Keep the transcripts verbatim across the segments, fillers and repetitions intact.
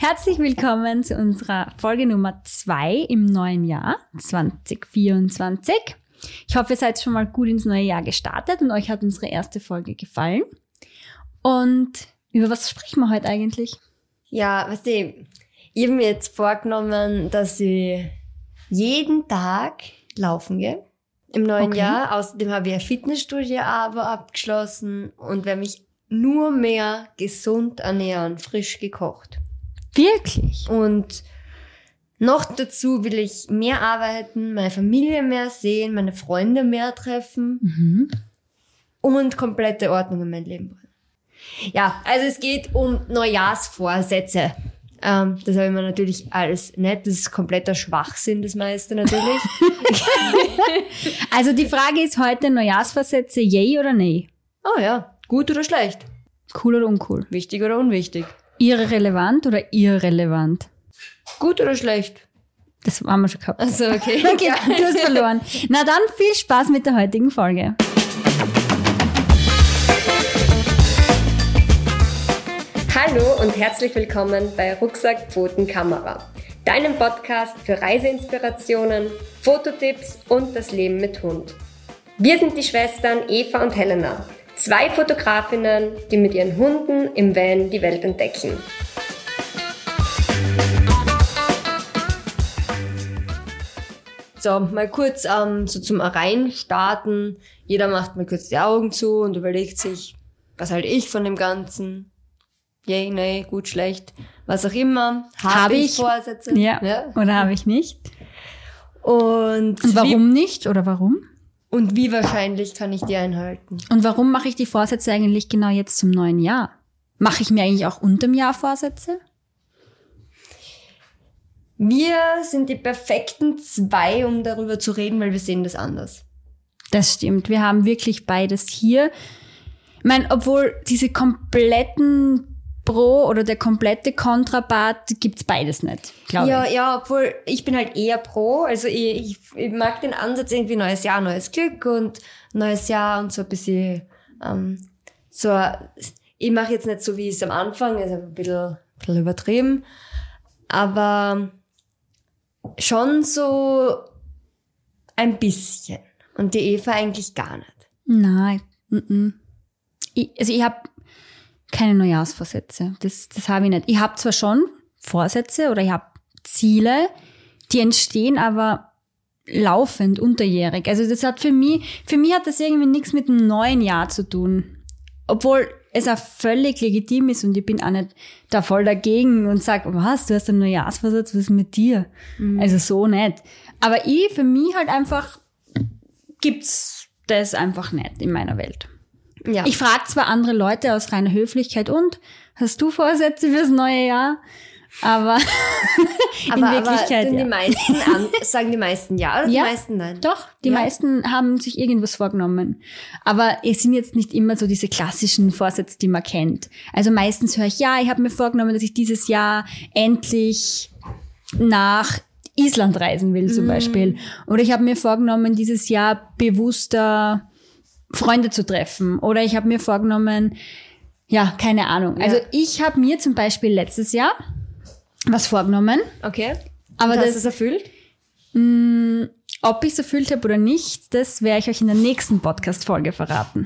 Herzlich willkommen zu unserer Folge Nummer zwei im neuen Jahr zwanzig vierundzwanzig. Ich hoffe, ihr seid schon mal gut ins neue Jahr gestartet und euch hat unsere erste Folge gefallen. Und über was sprechen wir heute eigentlich? Ja, weißt du, ich habe mir jetzt vorgenommen, dass ich jeden Tag laufen gehe im neuen Okay. Jahr. Außerdem habe ich ein Fitnessstudio aber abgeschlossen und werde mich nur mehr gesund ernähren, frisch gekocht. Wirklich? Und noch dazu will ich mehr arbeiten, meine Familie mehr sehen, meine Freunde mehr treffen Mhm. und komplette Ordnung in mein Leben bringen. Ja, also es geht um Neujahrsvorsätze. Ähm, das habe ich mir natürlich alles nicht. Das ist kompletter Schwachsinn, das meiste natürlich. Also die Frage ist heute, Neujahrsvorsätze, yay oder nay? Oh ja, gut oder schlecht? Cool oder uncool? Wichtig oder unwichtig? Irrelevant oder irrelevant? Gut oder schlecht? Das haben wir schon gehabt. Also okay. Okay, du hast verloren. Na dann, viel Spaß mit der heutigen Folge. Hallo und herzlich willkommen bei Rucksack, Pfoten, Kamera, deinem Podcast für Reiseinspirationen, Fototipps und das Leben mit Hund. Wir sind die Schwestern Eva und Helena, zwei Fotografinnen, die mit ihren Hunden im Van die Welt entdecken. So, mal kurz ähm, so zum Reinstarten. Jeder macht mal kurz die Augen zu und überlegt sich, was halte ich von dem Ganzen? Yay, nee, gut, schlecht, was auch immer. Habe Hab ich ich? Vorsätze? Ja. Oder habe ich nicht? Und, Und warum Wie, nicht oder warum? und wie wahrscheinlich kann ich die einhalten? Und warum mache ich die Vorsätze eigentlich genau jetzt zum neuen Jahr? Mache ich mir eigentlich auch unterm Jahr Vorsätze? Wir sind die perfekten zwei, um darüber zu reden, weil wir sehen das anders. Das stimmt. Wir haben wirklich beides hier. Ich meine, obwohl diese kompletten Pro- oder der komplette Kontrapart gibt's beides nicht, glaube Ja, ich. ja, obwohl ich bin halt eher pro. Also ich, ich, ich mag den Ansatz irgendwie neues Jahr, neues Glück und neues Jahr und so ein bisschen ähm, so. Ich mache jetzt nicht so, wie es am Anfang ist, ein bisschen, ein bisschen übertrieben, aber schon so ein bisschen. Und die Eva eigentlich gar nicht. Nein. Mm-mm. Ich, also ich habe keine Neujahrsvorsätze. Das, das habe ich nicht. Ich habe zwar schon Vorsätze oder ich habe Ziele, die entstehen aber laufend, unterjährig. Also das hat für mich, für mich hat das irgendwie nichts mit dem neuen Jahr zu tun. Obwohl es auch völlig legitim ist und ich bin auch nicht da voll dagegen und sag, was, du hast einen Neujahrsvorsatz, was ist mit dir? Mhm. Also so nicht. Aber ich, für mich halt einfach, gibt's das einfach nicht in meiner Welt. Ja. Ich frage zwar andere Leute aus reiner Höflichkeit, und hast du Vorsätze fürs neue Jahr? Aber in aber, Wirklichkeit aber ja. die meisten an, sagen die meisten ja oder Ja, die meisten nein? Doch, die Ja. meisten haben sich irgendwas vorgenommen. Aber es sind jetzt nicht immer so diese klassischen Vorsätze, die man kennt. Also meistens höre ich, ja, ich habe mir vorgenommen, dass ich dieses Jahr endlich nach Island reisen will zum mm. Beispiel. Oder ich habe mir vorgenommen, dieses Jahr bewusster Freunde zu treffen. Oder ich habe mir vorgenommen, ja, keine Ahnung. Ja. Also ich habe mir zum Beispiel letztes Jahr was vorgenommen. Okay. Aber Und hast das du es erfüllt? mh, ob ich es erfüllt habe oder nicht, das werde ich euch in der nächsten Podcast-Folge verraten.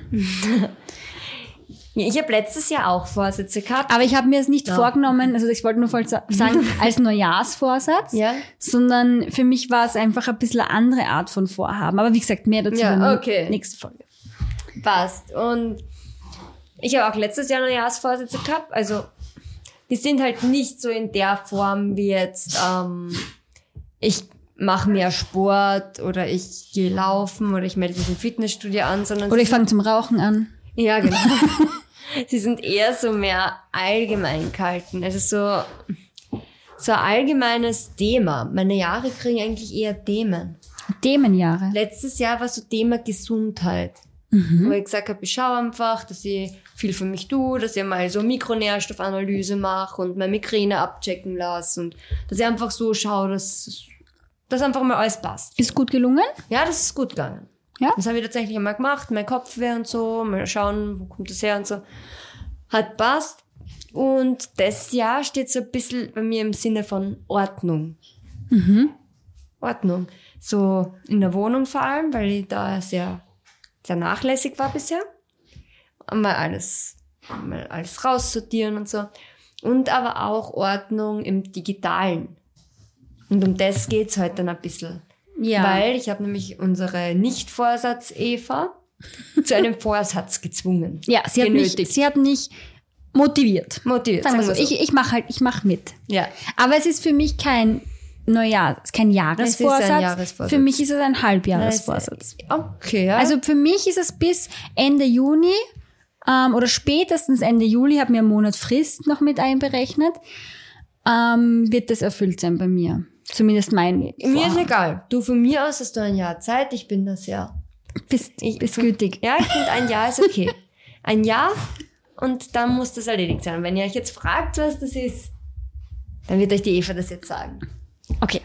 Ich habe letztes Jahr auch Vorsätze gehabt. Aber ich habe mir es nicht Ja. vorgenommen, also ich wollte nur voll sa- sagen, als Neujahrsvorsatz, Ja. sondern für mich war es einfach ein bisschen eine andere Art von Vorhaben. Aber wie gesagt, mehr dazu Ja, in der okay. nächsten Folge. Passt. Und ich habe auch letztes Jahr Neujahrsvorsätze gehabt. Also die sind halt nicht so in der Form wie jetzt, ähm, ich mache mehr Sport oder ich gehe laufen oder ich melde mich im Fitnessstudio an, sondern Oder sie ich fange zum Rauchen an. sind, ja genau. Sie sind eher so mehr allgemein gehalten. Also so, so ein allgemeines Thema. Meine Jahre kriegen eigentlich eher Themen. Themenjahre. Letztes Jahr war so Thema Gesundheit. Mhm. Wo ich gesagt habe, ich schaue einfach, dass ich viel für mich tue, dass ich mal so Mikronährstoffanalyse mache und meine Migräne abchecken lasse und dass ich einfach so schaue, dass das einfach mal alles passt. Ist gut gelungen? Ja, das ist gut gegangen. Ja. Das habe ich tatsächlich einmal gemacht, mein Kopfweh und so, mal schauen, wo kommt das her und so. Hat passt. Und das Jahr steht so ein bisschen bei mir im Sinne von Ordnung. Mhm. Ordnung. So in der Wohnung vor allem, weil ich da sehr, sehr nachlässig war bisher. Mal alles, mal alles raussortieren und so. Und aber auch Ordnung im Digitalen. Und um das geht's heute dann ein bisschen. Ja. Weil ich habe nämlich unsere Nicht-Vorsatz-Eva zu einem Vorsatz gezwungen. Ja, sie hat, mich, sie hat mich motiviert. Motiviert. Sagen wir sagen so. wir so. Ich, ich mache halt, ich mache mit. Ja. Aber es ist für mich kein Neujahr, kein Jahresvorsatz. Es ist ein Jahresvorsatz. Für mich ist es ein Halbjahresvorsatz. Okay, ja. Also für mich ist es bis Ende Juni ähm, oder spätestens Ende Juli, habe mir einen Monat Frist noch mit einberechnet, ähm, wird das erfüllt sein bei mir. Zumindest mein Mir Vorhaben. ist egal. Du, von mir aus hast du ein Jahr Zeit. Ich bin das ja. Bist, Ich, bist gütig. Ja, ich finde, ein Jahr ist okay. Ein Jahr und dann muss das erledigt sein. Und wenn ihr euch jetzt fragt, was das ist, dann wird euch die Eva das jetzt sagen. Okay.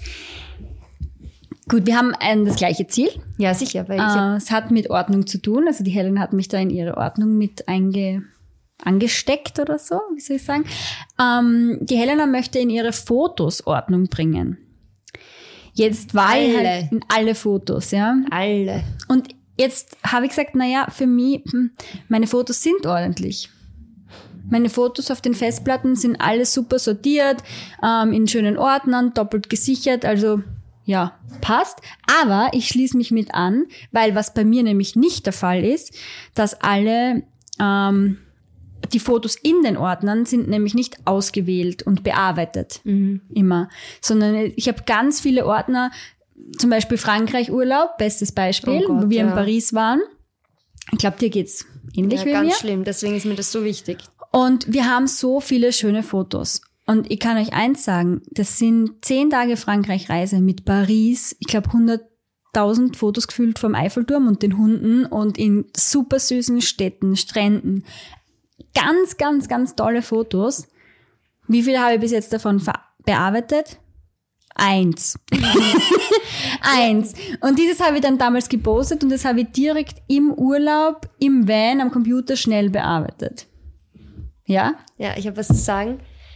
Gut, wir haben ein, das gleiche Ziel. Ja, sicher. Weil ich hab, Äh, es hat mit Ordnung zu tun. Also die Helen hat mich da in ihre Ordnung mit einge, angesteckt oder so, wie soll ich sagen. Ähm, die Helena möchte in ihre Fotos Ordnung bringen. Jetzt war ich Alle. halt in alle Fotos, ja. alle. Und jetzt habe ich gesagt, naja, für mich, hm, meine Fotos sind ordentlich. Meine Fotos auf den Festplatten sind alle super sortiert, ähm, in schönen Ordnern, doppelt gesichert, also ja, passt. Aber ich schließe mich mit an, weil was bei mir nämlich nicht der Fall ist, dass alle ähm, die Fotos in den Ordnern sind nämlich nicht ausgewählt und bearbeitet, mhm. immer, sondern ich habe ganz viele Ordner, zum Beispiel Frankreich-Urlaub, bestes Beispiel, Oh Gott, wo wir ja. in Paris waren. Ich glaube, dir geht's ähnlich Ja, wie ganz mir. schlimm. Deswegen ist mir das so wichtig. Und wir haben so viele schöne Fotos. Und ich kann euch eins sagen, das sind zehn Tage Frankreich-Reise mit Paris. Ich glaube, hunderttausend Fotos gefühlt vom Eiffelturm und den Hunden und in super süßen Städten, Stränden. Ganz, ganz, ganz tolle Fotos. Wie viele habe ich bis jetzt davon ver- bearbeitet? Eins. Eins. Und dieses habe ich dann damals gepostet und das habe ich direkt im Urlaub, im Van, am Computer schnell bearbeitet. Ja? Ja, ich habe was zu sagen.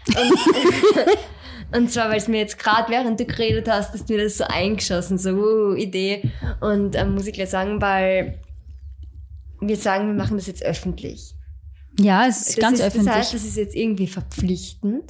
Und, und zwar, weil es mir jetzt gerade, während du geredet hast, ist mir das so eingeschossen, so, uh, Idee. Und ähm, muss ich gleich sagen, weil wir sagen, wir machen das jetzt öffentlich. Ja, es ist Das ganz ist, öffentlich. Das heißt, das ist jetzt irgendwie verpflichtend.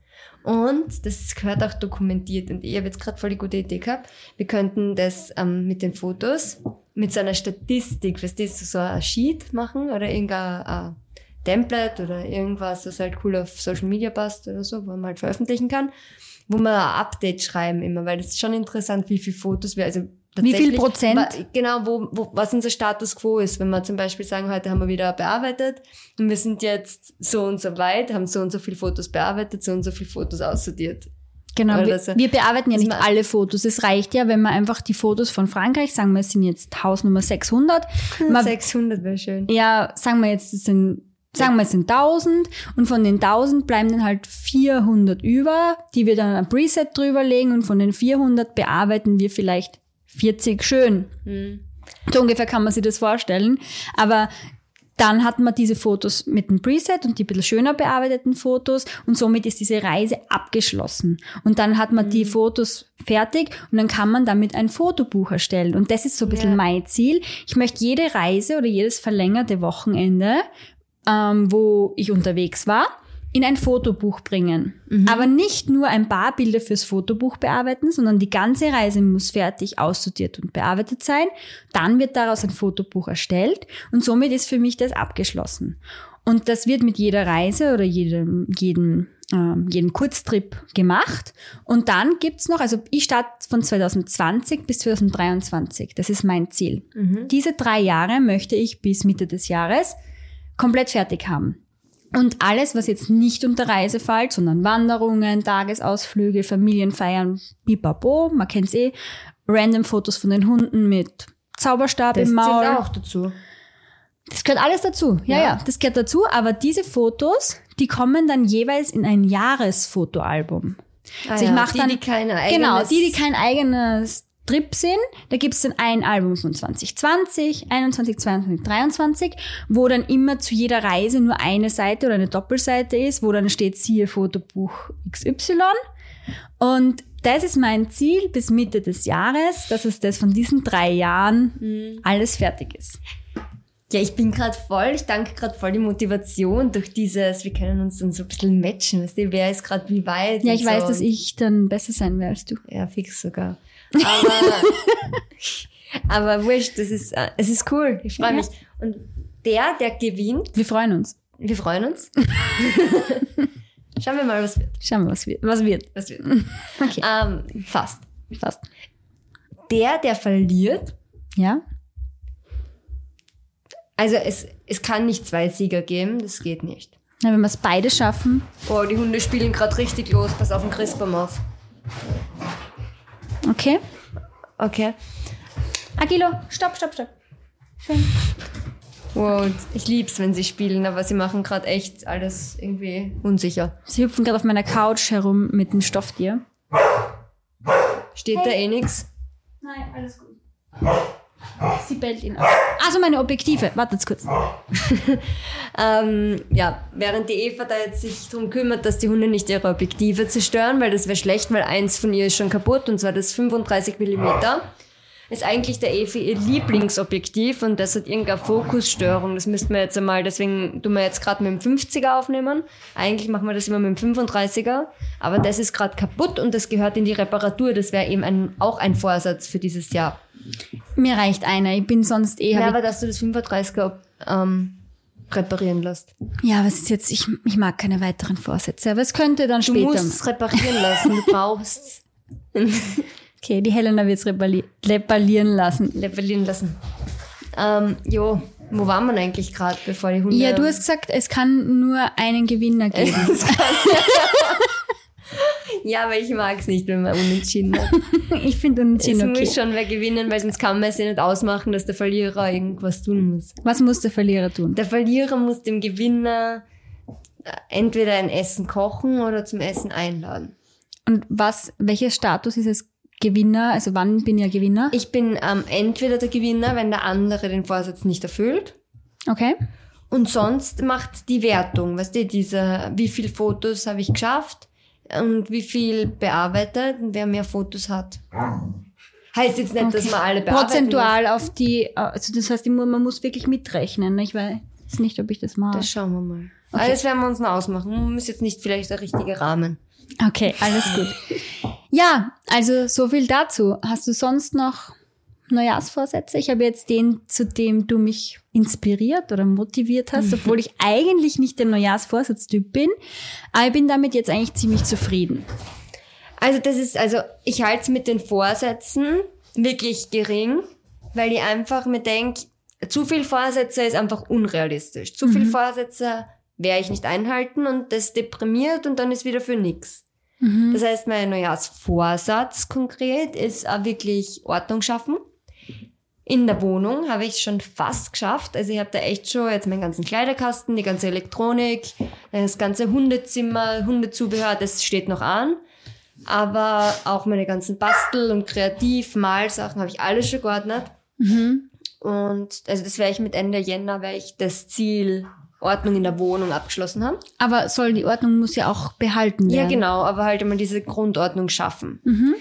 Und das gehört auch dokumentiert. Und ich habe jetzt gerade voll die gute Idee gehabt. Wir könnten das ähm, mit den Fotos, mit so einer Statistik, was das so ein Sheet machen oder irgendein äh, Template oder irgendwas, das halt cool auf Social Media passt oder so, wo man halt veröffentlichen kann, wo wir ein Update schreiben immer, weil das ist schon interessant, wie viele Fotos wir, also Wie viel Prozent? wa- Genau, wo, wo, was unser Status quo ist. Wenn wir zum Beispiel sagen, heute haben wir wieder bearbeitet und wir sind jetzt so und so weit, haben so und so viele Fotos bearbeitet, so und so viele Fotos aussortiert. Genau, Oder wir, so. wir bearbeiten ja Das nicht ma- alle Fotos. Es reicht ja, wenn man einfach die Fotos von Frankreich, sagen wir, es sind jetzt Hausnummer sechshundert. Man, sechshundert wäre schön. ja, sagen wir jetzt, es sind, sagen wir, es sind tausend und von den tausend bleiben dann halt vierhundert über, die wir dann ein Preset drüberlegen und von den vierhundert bearbeiten wir vielleicht vierzig schön. Hm. So ungefähr kann man sich das vorstellen. Aber dann hat man diese Fotos mit dem Preset und die ein bisschen schöner bearbeiteten Fotos und somit ist diese Reise abgeschlossen. Und dann hat man mhm. die Fotos fertig und dann kann man damit ein Fotobuch erstellen. Und das ist so ein bisschen Ja. mein Ziel. Ich möchte jede Reise oder jedes verlängerte Wochenende, ähm, wo ich unterwegs war, in ein Fotobuch bringen. Mhm. Aber nicht nur ein paar Bilder fürs Fotobuch bearbeiten, sondern die ganze Reise muss fertig aussortiert und bearbeitet sein. Dann wird daraus ein Fotobuch erstellt und somit ist für mich das abgeschlossen. Und das wird mit jeder Reise oder jedem, jedem, ähm, jedem Kurztrip gemacht. Und dann gibt's noch, also ich starte von zwanzig zwanzig bis zwanzig dreiundzwanzig. Das ist mein Ziel. Mhm. Diese drei Jahre möchte ich bis Mitte des Jahres komplett fertig haben. Und alles, was jetzt nicht unter Reise fällt, sondern Wanderungen, Tagesausflüge, Familienfeiern, pipapo, man kennt's eh, random Fotos von den Hunden mit Zauberstab Das im Maul. zählt auch dazu. Das gehört alles dazu. Ja, ja, Ja. das gehört dazu. Aber diese Fotos, die kommen dann jeweils in ein Jahresfotoalbum. Ah Also ich ja, mach die, dann, die kein eigenes... genau, die, die kein eigenes Trip sind. Da gibt's dann ein Album von zwanzig zwanzig, einundzwanzig, zweiundzwanzig, dreiundzwanzig, wo dann immer zu jeder Reise nur eine Seite oder eine Doppelseite ist, wo dann steht, siehe Fotobuch X Y. Und das ist mein Ziel bis Mitte des Jahres, dass es das von diesen drei Jahren mhm. alles fertig ist. Ja, ich bin gerade voll, ich danke gerade voll die Motivation durch dieses, wir können uns dann so ein bisschen matchen, weißt du, wer ist gerade wie weit. Ja, ich weiß, so. dass ich dann besser sein werde als du. Ja, fix sogar. Aber, aber wurscht, das ist, es ist cool, ich freue ja. mich. Und der, der gewinnt. Wir freuen uns. Wir freuen uns. Schauen wir mal, was wird. Schauen wir, was wird. Was wird. Was wird. Okay. Ähm, fast. Fast. Der, der verliert. Ja. Also es, es kann nicht zwei Sieger geben, das geht nicht. Na, wenn wir es beide schaffen. Boah, die Hunde spielen gerade richtig los. Pass auf den Christbaum auf. Okay. Okay. Agilo, stopp, stopp, stopp. Schön. Wow, ich lieb's, wenn sie spielen, aber sie machen gerade echt alles irgendwie unsicher. Sie hüpfen gerade auf meiner Couch herum mit dem Stofftier. Steht hey. da eh nix? Nein, alles gut. Sie bellt ihn auf. Also meine Objektive. Wartet kurz. ähm, ja, während die Eva da jetzt sich darum kümmert, dass die Hunde nicht ihre Objektive zerstören, weil das wäre schlecht, weil eins von ihr ist schon kaputt, und zwar das fünfunddreißig Millimeter. Ist eigentlich der Eva ihr Lieblingsobjektiv und das hat irgendeine Fokusstörung. Das müssten wir jetzt einmal, deswegen tun wir jetzt gerade mit dem fünfziger aufnehmen. Eigentlich machen wir das immer mit dem fünfunddreißiger, aber das ist gerade kaputt und das gehört in die Reparatur. Das wäre eben ein, auch ein Vorsatz für dieses Jahr. Mir reicht einer, ich bin sonst eh... Ja, aber dass du das fünfunddreißiger ähm, reparieren lässt. Ja, aber es ist jetzt, ich, ich mag keine weiteren Vorsätze, aber es könnte dann du später... Du musst es reparieren lassen, du brauchst... Okay, die Helena wird es reparieren lassen. Reparieren lassen. Ähm, jo, wo waren wir eigentlich gerade, bevor die Hunde... Ja, du hast gesagt, es kann nur einen Gewinner geben. Ja, aber ich mag es nicht, wenn man unentschieden hat. Ich finde unentschieden okay. Es muss schon wer gewinnen, weil sonst kann man es ja nicht ausmachen, dass der Verlierer irgendwas tun muss. Was muss der Verlierer tun? Der Verlierer muss dem Gewinner entweder ein Essen kochen oder zum Essen einladen. Und was, welcher Status ist es Gewinner? Also wann bin ich ein Gewinner? Ich bin ähm, entweder der Gewinner, wenn der andere den Vorsatz nicht erfüllt. Okay. Und sonst macht die Wertung, weißt du, diese, wie viele Fotos habe ich geschafft und wie viel bearbeitet und wer mehr Fotos hat. Heißt jetzt nicht, okay. dass man alle bearbeiten Prozentual muss. Auf die, also das heißt, man muss wirklich mitrechnen. Ich weiß nicht, ob ich das mache. Das schauen wir mal. Okay. Aber das werden wir uns noch ausmachen. Man muss jetzt nicht vielleicht der richtige Rahmen. Okay, alles gut. Ja, also so viel dazu. Hast du sonst noch Neujahrsvorsätze? Ich habe jetzt den, zu dem du mich inspiriert oder motiviert hast, obwohl ich eigentlich nicht der Neujahrsvorsatztyp bin. Aber ich bin damit jetzt eigentlich ziemlich zufrieden. Also das ist, also ich halte es mit den Vorsätzen wirklich gering, weil ich einfach mir denke, zu viel Vorsätze ist einfach unrealistisch. Zu mhm. viel Vorsätze werde ich nicht einhalten und das deprimiert und dann ist wieder für nix. Mhm. Das heißt, mein Neujahrsvorsatz konkret ist auch wirklich Ordnung schaffen. In der Wohnung habe ich schon fast geschafft. Also ich habe da echt schon jetzt meinen ganzen Kleiderkasten, die ganze Elektronik, das ganze Hundezimmer, Hundezubehör, das steht noch an. Aber auch meine ganzen Bastel- und Kreativ-Malsachen habe ich alles schon geordnet. Mhm. Und also das werde ich mit Ende Jänner, werde ich das Ziel Ordnung in der Wohnung abgeschlossen haben. Aber soll die Ordnung muss ja auch behalten werden. Ja, genau, aber halt einmal diese Grundordnung schaffen. Mhm.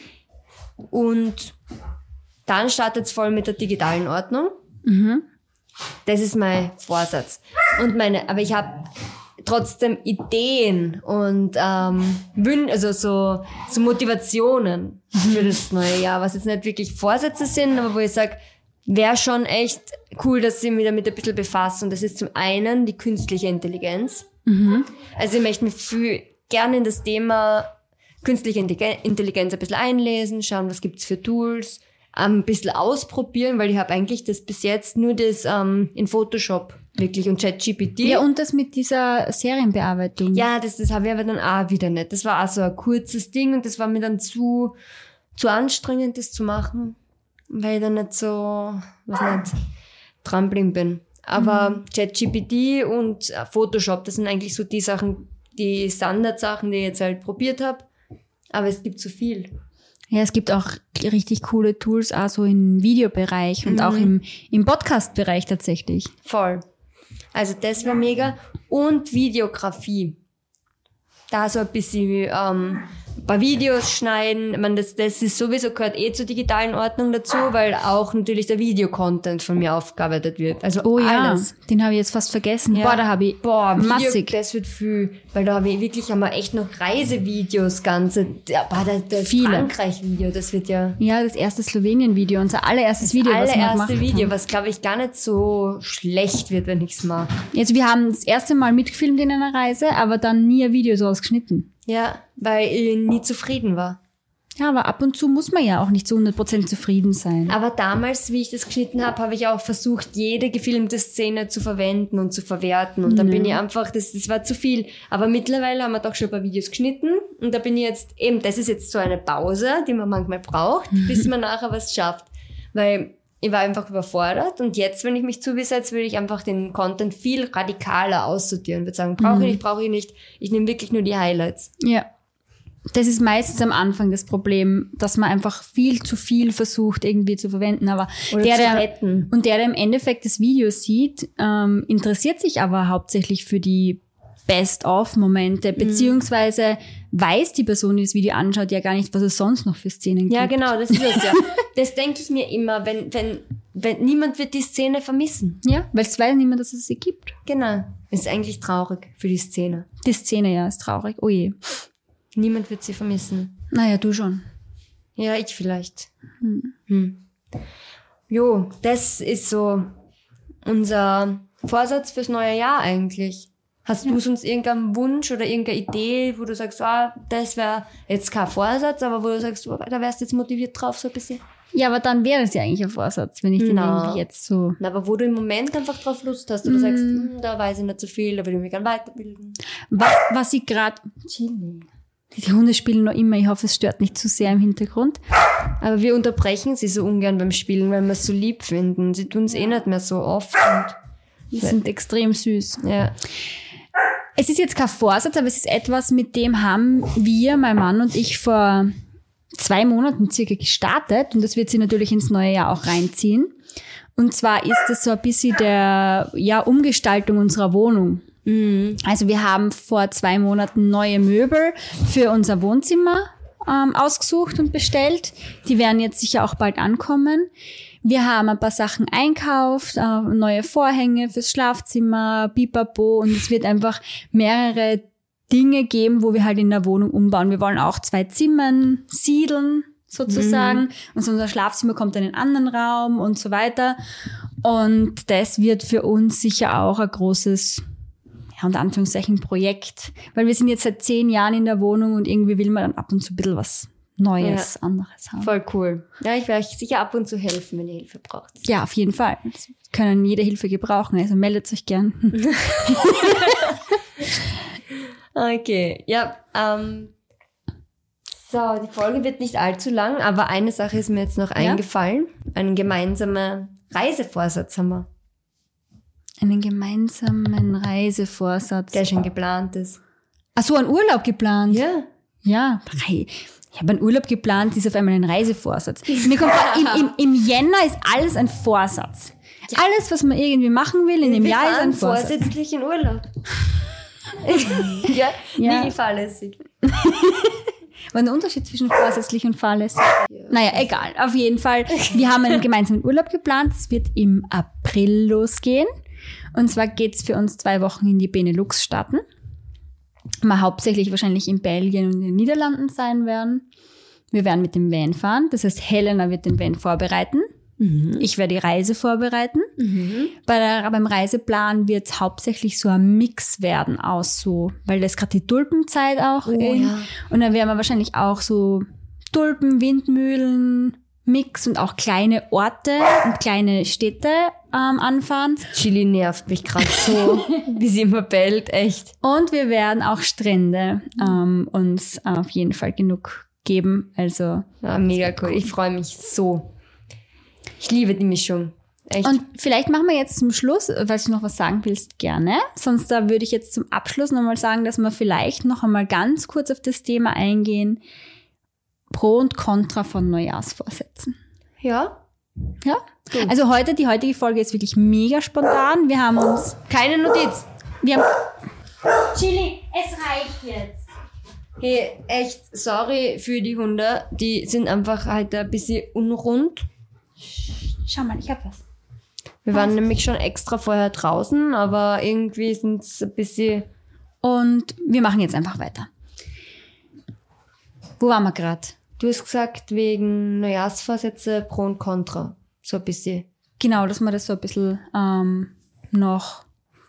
Und dann startet es voll mit der digitalen Ordnung. Mhm. Das ist mein Vorsatz. Und meine, aber ich habe trotzdem Ideen und ähm, Wün- also so, so Motivationen für das neue Jahr, was jetzt nicht wirklich Vorsätze sind, aber wo ich sage, wäre schon echt cool, dass ich mich damit ein bisschen befasse. Und das ist zum einen die künstliche Intelligenz. Mhm. Also ich möchte mich viel, gerne in das Thema künstliche Intelligenz ein bisschen einlesen, schauen, was gibt's für Tools, ein bisschen ausprobieren, weil ich habe eigentlich das bis jetzt nur das ähm, in Photoshop wirklich und ChatGPT. Ja, und das mit dieser Serienbearbeitung. Ja, das, das habe ich aber dann auch wieder nicht. Das war auch so ein kurzes Ding und das war mir dann zu, zu anstrengend, das zu machen, weil ich dann nicht so, was nicht, dranbleiben bin. Aber mhm. ChatGPT und Photoshop, das sind eigentlich so die Sachen, die Standardsachen, die ich jetzt halt probiert habe. Aber es gibt so viel. Ja, es gibt auch richtig coole Tools, also im Videobereich und Mhm. auch im, im Podcast-Bereich tatsächlich. Voll. Also das wäre mega. Und Videografie. Da so ein bisschen ähm, ein paar Videos schneiden. Ich meine, das, das ist sowieso, gehört eh zur digitalen Ordnung dazu, weil auch natürlich der Videocontent von mir aufgearbeitet wird. Also Oh ja, alles. den habe ich jetzt fast vergessen. Ja. Boah, da habe ich Boah, Video, massig. das wird viel, weil da habe ich wirklich, haben wir echt noch Reisevideos, ganze, ja, boah, das, das Viele. Frankreich-Video, das wird ja Ja, das erste Slowenien-Video, unser allererstes Video, was wir gemacht allererste Video, haben. was glaube ich gar nicht so schlecht wird, wenn ich's mache. Jetzt, wir haben das erste Mal mitgefilmt in einer Reise, aber dann nie ein Video so ausgeschnitten. Ja, weil ich nie zufrieden war. Ja, aber ab und zu muss man ja auch nicht zu hundert Prozent zufrieden sein. Aber damals, wie ich das geschnitten habe, habe ich auch versucht, jede gefilmte Szene zu verwenden und zu verwerten. Und dann Ja. bin ich einfach, das, das war zu viel. Aber mittlerweile haben wir doch schon ein paar Videos geschnitten. Und da bin ich jetzt, eben, das ist jetzt so eine Pause, die man manchmal braucht, bis man nachher was schafft. Weil ich war einfach überfordert. Und jetzt, wenn ich mich zugesetzt, würde ich einfach den Content viel radikaler aussortieren. Würde sagen, brauche ich nicht, brauche ich nicht. Ich nehme wirklich nur die Highlights. Ja. Das ist meistens am Anfang das Problem, dass man einfach viel zu viel versucht, irgendwie zu verwenden. Aber Oder der, zu der, retten. und der, der im Endeffekt das Video sieht, ähm, interessiert sich aber hauptsächlich für die Best-of-Momente, beziehungsweise weiß die Person, die das Video anschaut, ja gar nicht, was es sonst noch für Szenen gibt. Ja, genau, das ist es ja. Das denke ich mir immer, wenn, wenn, wenn niemand wird die Szene vermissen. Ja, weil es weiß niemand, dass es sie gibt. Genau. Das ist eigentlich traurig für die Szene. Die Szene, ja, ist traurig. Oh je. Niemand wird sie vermissen. Naja, du schon. Ja, ich vielleicht. Hm. Jo, das ist so unser Vorsatz fürs neue Jahr eigentlich. Hast du sonst irgendeinen Wunsch oder irgendeine Idee, wo du sagst, ah, das wäre jetzt kein Vorsatz, aber wo du sagst, oh, da wärst du jetzt motiviert drauf so ein bisschen? Ja, aber dann wäre das ja eigentlich ein Vorsatz, wenn ich den Na. irgendwie jetzt so... Na, aber wo du im Moment einfach drauf Lust hast oder Mm. sagst, hm, da weiß ich nicht so viel, da will ich mich gerne weiterbilden. Was, was ich gerade... Die Hunde spielen noch immer, ich hoffe, es stört nicht zu sehr im Hintergrund. Aber wir unterbrechen sie so ungern beim Spielen, weil wir es so lieb finden. Sie tun es eh nicht mehr so oft. Und Die sind extrem süß. ja. Es ist jetzt kein Vorsatz, aber es ist etwas, mit dem haben wir, mein Mann und ich, vor zwei Monaten circa gestartet. Und das wird sich natürlich ins neue Jahr auch reinziehen. Und zwar ist es so ein bisschen der, ja, Umgestaltung unserer Wohnung. Also wir haben vor zwei Monaten neue Möbel für unser Wohnzimmer ähm, ausgesucht und bestellt. Die werden jetzt sicher auch bald ankommen. Wir haben ein paar Sachen einkauft, äh, neue Vorhänge fürs Schlafzimmer, Pipapo, und es wird einfach mehrere Dinge geben, wo wir halt in der Wohnung umbauen. Wir wollen auch zwei Zimmern siedeln, sozusagen. Mhm. Und so unser Schlafzimmer kommt in einen anderen Raum und so weiter. Und das wird für uns sicher auch ein großes, ja, unter Anführungszeichen, Projekt. Weil wir sind jetzt seit zehn Jahren in der Wohnung und irgendwie will man dann ab und zu ein bisschen was Neues, ja, anderes haben. Voll cool. Ja, ich werde euch sicher ab und zu helfen, wenn ihr Hilfe braucht. Ja, auf jeden Fall. Wir können jede Hilfe gebrauchen, also meldet euch gern. Okay, ja, ähm, so, die Folge wird nicht allzu lang, aber eine Sache ist mir jetzt noch ja? eingefallen. Ein gemeinsamer Reisevorsatz haben wir. Einen gemeinsamen Reisevorsatz. Der schon geplant ist. Ach so, einen Urlaub geplant? Ja. Ja. Ich habe einen Urlaub geplant, ist auf einmal ein Reisevorsatz. Mir kommt vor, im, im, im Jänner ist alles ein Vorsatz. Ja. Alles, was man irgendwie machen will in dem Wir Jahr, ist ein fahren Vorsatz. vorsätzlich in Urlaub. ja, Ja. nie fahrlässig. Was ist der Unterschied zwischen vorsätzlich und fahrlässig? Ja. Naja, egal. Auf jeden Fall. Wir haben einen gemeinsamen Urlaub geplant. Es wird im April losgehen. Und zwar geht's für uns zwei Wochen in die Benelux-Staaten. Mal hauptsächlich wahrscheinlich in Belgien und in den Niederlanden sein werden. Wir werden mit dem Van fahren. Das heißt, Helena wird den Van vorbereiten. Mhm. Ich werde die Reise vorbereiten. Mhm. Bei der, beim Reiseplan wird es hauptsächlich so ein Mix werden aus so, weil das gerade die Tulpenzeit auch oh, ist. Ja. Und dann werden wir wahrscheinlich auch so Tulpen, Windmühlen, Mix und auch kleine Orte und kleine Städte ähm, anfahren. Chili nervt mich gerade so, wie sie immer bellt, echt. Und wir werden auch Strände ähm, uns auf jeden Fall genug geben. Also ja, mega cool. Ich freue mich so. Ich liebe die Mischung. Echt. Und vielleicht machen wir jetzt zum Schluss, falls du noch was sagen willst, gerne. Sonst da würde ich jetzt zum Abschluss nochmal sagen, dass wir vielleicht noch einmal ganz kurz auf das Thema eingehen. Pro und Contra von Neujahrsvorsätzen. Ja. Ja? Gut. Also heute, die heutige Folge ist wirklich mega spontan. Wir haben uns... Keine Notiz. Wir haben... Chili, es reicht jetzt. Hey, echt, sorry für die Hunde. Die sind einfach halt ein bisschen unrund. Schau mal, ich hab was. Wir waren was? nämlich schon extra vorher draußen, aber irgendwie sind es ein bisschen... Und wir machen jetzt einfach weiter. Wo waren wir gerade? Du hast gesagt, wegen Neujahrsvorsätze Pro und Contra. So ein bisschen. Genau, dass man das so ein bisschen ähm, noch...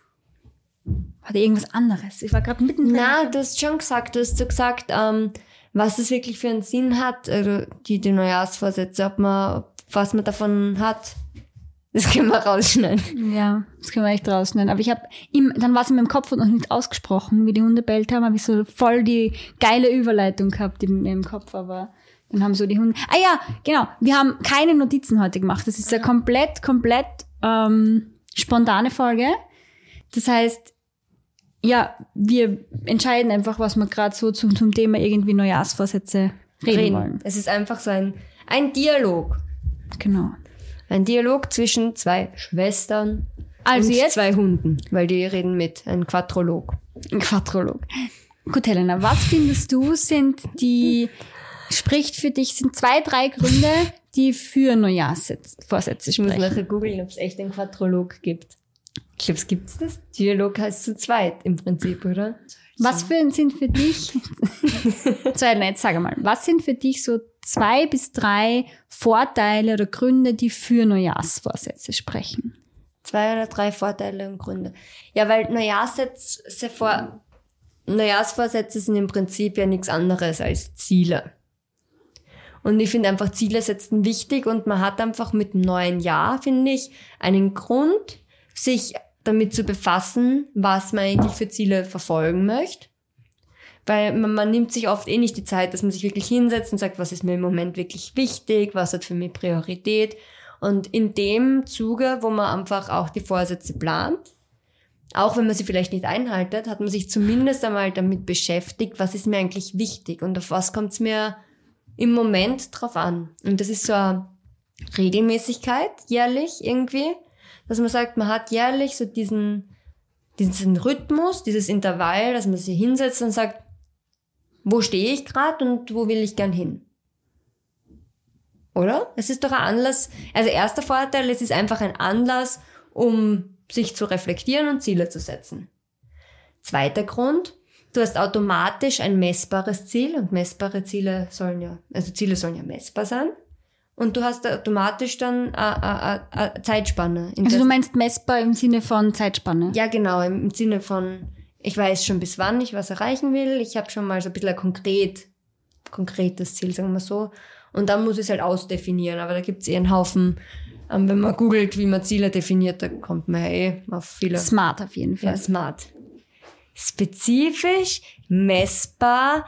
Hatte irgendwas anderes? Ich war gerade mittendrin. Na, du hast schon gesagt, du hast so gesagt, ähm, was es wirklich für einen Sinn hat, also die, die Neujahrsvorsätze, ob man, was man davon hat. Das können wir rausschneiden. Ja, das können wir echt rausschneiden. Aber ich habe, dann war es in meinem Kopf und noch nicht ausgesprochen, wie die Hunde bellt haben, habe ich so voll die geile Überleitung gehabt in meinem Kopf, aber dann haben so die Hunde... Ah ja, genau, wir haben keine Notizen heute gemacht. Das ist eine komplett, komplett ähm, spontane Folge. Das heißt, ja, wir entscheiden einfach, was wir gerade so zum, zum Thema irgendwie Neujahrsvorsätze reden, reden wollen. Es ist einfach so ein, ein Dialog. Genau. Ein Dialog zwischen zwei Schwestern also und jetzt, zwei Hunden, weil die reden mit. Ein Quadrolog. Ein Quadrolog. Gut, Helena, was findest du sind die, spricht für dich, sind zwei, drei Gründe, die für Neujahrsvorsätze sprechen? Ich muss nachher googeln, ob es echt einen Quadrolog gibt. Ich glaube, es gibt's das. Dialog heißt zu zweit im Prinzip, oder? Was für, sind für dich, so, jetzt sag mal, was sind für dich so zwei bis drei Vorteile oder Gründe, die für Neujahrsvorsätze sprechen? Zwei oder drei Vorteile und Gründe. Ja, weil Neujahrssätze vor, Neujahrsvorsätze sind im Prinzip ja nichts anderes als Ziele. Und ich finde einfach, Ziele setzen wichtig und man hat einfach mit dem neuen Jahr, finde ich, einen Grund, sich damit zu befassen, was man eigentlich für Ziele verfolgen möchte. Weil man, man nimmt sich oft eh nicht die Zeit, dass man sich wirklich hinsetzt und sagt, was ist mir im Moment wirklich wichtig, was hat für mich Priorität. Und in dem Zuge, wo man einfach auch die Vorsätze plant, auch wenn man sie vielleicht nicht einhaltet, hat man sich zumindest einmal damit beschäftigt, was ist mir eigentlich wichtig und auf was kommt es mir im Moment drauf an. Und das ist so eine Regelmäßigkeit jährlich irgendwie, dass man sagt, man hat jährlich so diesen, diesen Rhythmus, dieses Intervall, dass man sich hinsetzt und sagt, wo stehe ich gerade und wo will ich gern hin? Oder? Es ist doch ein Anlass, also erster Vorteil, es ist einfach ein Anlass, um sich zu reflektieren und Ziele zu setzen. Zweiter Grund, du hast automatisch ein messbares Ziel und messbare Ziele sollen ja, also Ziele sollen ja messbar sein. Und du hast automatisch dann eine, eine, eine Zeitspanne. Also du meinst messbar im Sinne von Zeitspanne? Ja, genau, im Sinne von, ich weiß schon bis wann ich was erreichen will. Ich habe schon mal so ein bisschen ein konkret, konkretes Ziel, sagen wir so. Und dann muss ich es halt ausdefinieren. Aber da gibt es eh einen Haufen, ähm, wenn man googelt, wie man Ziele definiert, da kommt man ja eh auf viele. Smart auf jeden Fall. Ja, smart. Spezifisch, messbar,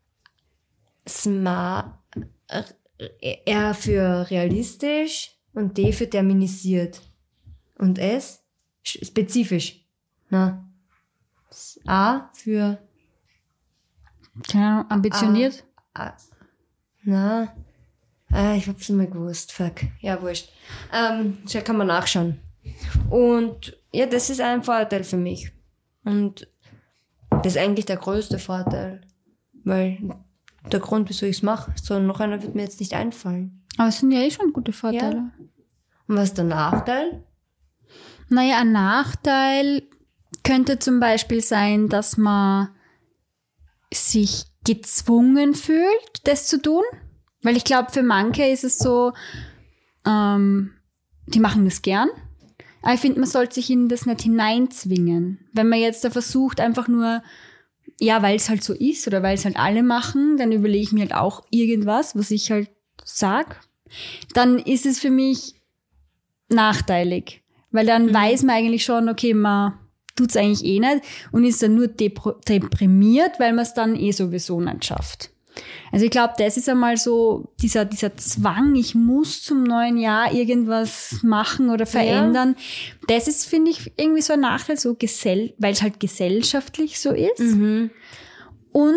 smart, R für realistisch und D für terminisiert. Und S? Spezifisch. Na. A für... Keine Ahnung, ambitioniert? A, A, na. Ah, ich hab's immer gewusst. Fuck. Ja, wurscht. Ähm, so kann man nachschauen. Und ja, das ist ein Vorteil für mich. Und das ist eigentlich der größte Vorteil. Weil... der Grund, wieso ich es mache. So, noch einer wird mir jetzt nicht einfallen. Aber es sind ja eh schon gute Vorteile. Ja. Und was ist der Nachteil? Naja, ein Nachteil könnte zum Beispiel sein, dass man sich gezwungen fühlt, das zu tun. Weil ich glaube, für manche ist es so, ähm, die machen das gern. Aber ich finde, man sollte sich in das nicht hineinzwingen. Wenn man jetzt da versucht, einfach nur... ja, weil es halt so ist oder weil es halt alle machen, dann überlege ich mir halt auch irgendwas, was ich halt sag. Dann ist es für mich nachteilig, weil dann mhm. weiß man eigentlich schon, okay, man tut's eigentlich eh nicht und ist dann nur depr- deprimiert, weil man es dann eh sowieso nicht schafft. Also ich glaube, das ist einmal so dieser dieser Zwang, ich muss zum neuen Jahr irgendwas machen oder verändern. Ja. Das ist, finde ich, irgendwie so ein Nachteil, so gesell, weil es halt gesellschaftlich so ist. Mhm. Und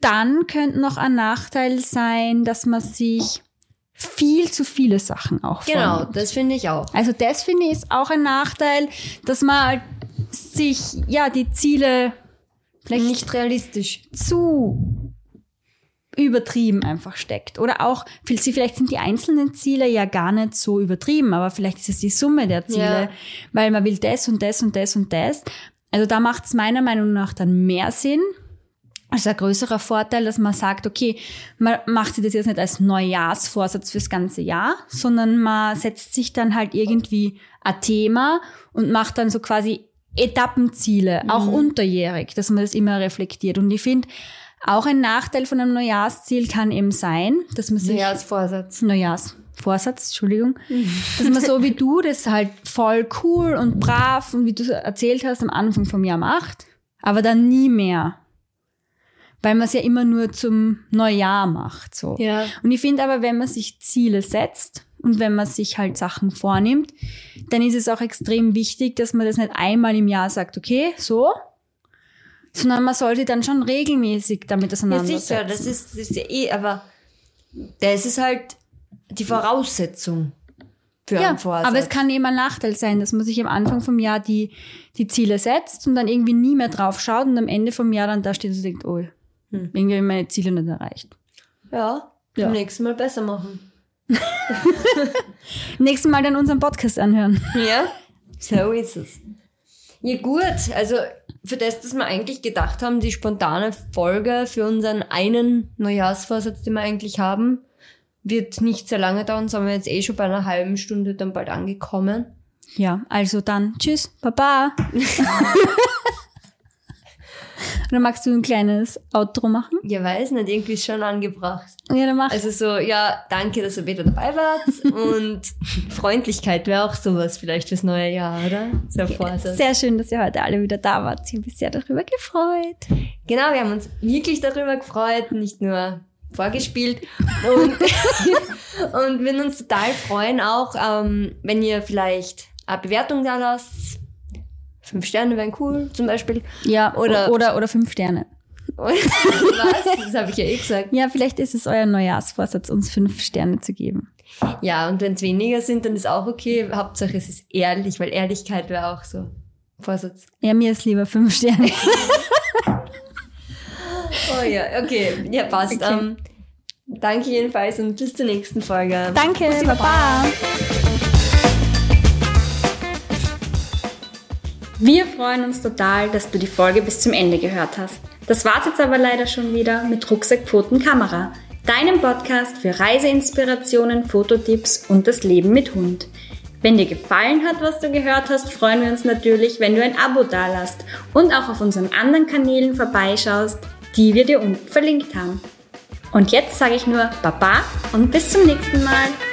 dann könnte noch ein Nachteil sein, dass man sich viel zu viele Sachen auch Genau, vornimmt. das finde ich auch. Also das finde ich ist auch ein Nachteil, dass man halt sich, ja, die Ziele vielleicht Nicht realistisch. zu übertrieben einfach steckt. Oder auch, vielleicht sind die einzelnen Ziele ja gar nicht so übertrieben, aber vielleicht ist es die Summe der Ziele, Ja. weil man will das und das und das und das. Also da macht es meiner Meinung nach dann mehr Sinn. Also ein größerer Vorteil, dass man sagt, okay, man macht sich das jetzt nicht als Neujahrsvorsatz fürs ganze Jahr, sondern man setzt sich dann halt irgendwie ein Thema und macht dann so quasi Etappenziele, auch Mhm. unterjährig, dass man das immer reflektiert. Und ich finde, auch ein Nachteil von einem Neujahrsziel kann eben sein, dass man sich... Neujahrsvorsatz. Neujahrsvorsatz, Entschuldigung. Dass man so wie du das halt voll cool und brav und wie du erzählt hast, am Anfang vom Jahr macht, aber dann nie mehr. Weil man es ja immer nur zum Neujahr macht. So. Ja. Und ich finde aber, wenn man sich Ziele setzt und wenn man sich halt Sachen vornimmt, dann ist es auch extrem wichtig, dass man das nicht einmal im Jahr sagt, okay, so, sondern man sollte dann schon regelmäßig damit Ja, auseinandersetzen. sicher, das ist, das ist ja eh, aber das ist halt die Voraussetzung für Ja, einen Vorsatz. aber es kann eben ein Nachteil sein, dass man sich am Anfang vom Jahr die, die Ziele setzt und dann irgendwie nie mehr drauf schaut und am Ende vom Jahr dann da steht und denkt, oh, Hm. irgendwie habe ich meine Ziele nicht erreicht. Ja, Ja. beim nächsten Mal besser machen. Nächstes Mal dann unseren Podcast anhören. Ja, so ist es. Ja gut, also für das, dass wir eigentlich gedacht haben, die spontane Folge für unseren einen Neujahrsvorsatz, den wir eigentlich haben, wird nicht sehr lange dauern, sind wir jetzt eh schon bei einer halben Stunde dann bald angekommen. Ja, also dann tschüss, Baba. Oder magst du ein kleines Outro machen? Ja, weiß nicht, irgendwie ist schon angebracht. Ja, dann mach. Also so, ja, danke, dass ihr wieder dabei wart und Freundlichkeit wäre auch sowas vielleicht fürs neue Jahr, oder? So ein Vorsatz. Sehr schön, dass ihr heute alle wieder da wart. Ich habe mich sehr darüber gefreut. Genau, wir haben uns wirklich darüber gefreut, nicht nur vorgespielt. Und, und würden uns total freuen auch, ähm, wenn ihr vielleicht eine Bewertung da lasst. Fünf Sterne wären cool, zum Beispiel. Ja, Oder- oder, oder, oder fünf Sterne. Was? Das habe ich ja eh gesagt. Ja, vielleicht ist es euer Neujahrsvorsatz, uns fünf Sterne zu geben. Ja, und wenn es weniger sind, dann ist auch okay. Hauptsache es ist ehrlich, weil Ehrlichkeit wäre auch so Vorsatz. Ja, mir ist lieber fünf Sterne. Oh ja, okay. Ja, passt. Okay. Ähm, danke jedenfalls und bis zur nächsten Folge. Danke, Bussi, Baba. Wir freuen uns total, dass du die Folge bis zum Ende gehört hast. Das war's jetzt aber leider schon wieder mit Rucksack, Pfoten, Kamera, deinem Podcast für Reiseinspirationen, Fototipps und das Leben mit Hund. Wenn dir gefallen hat, was du gehört hast, freuen wir uns natürlich, wenn du ein Abo dalässt und auch auf unseren anderen Kanälen vorbeischaust, die wir dir unten verlinkt haben. Und jetzt sage ich nur Baba und bis zum nächsten Mal.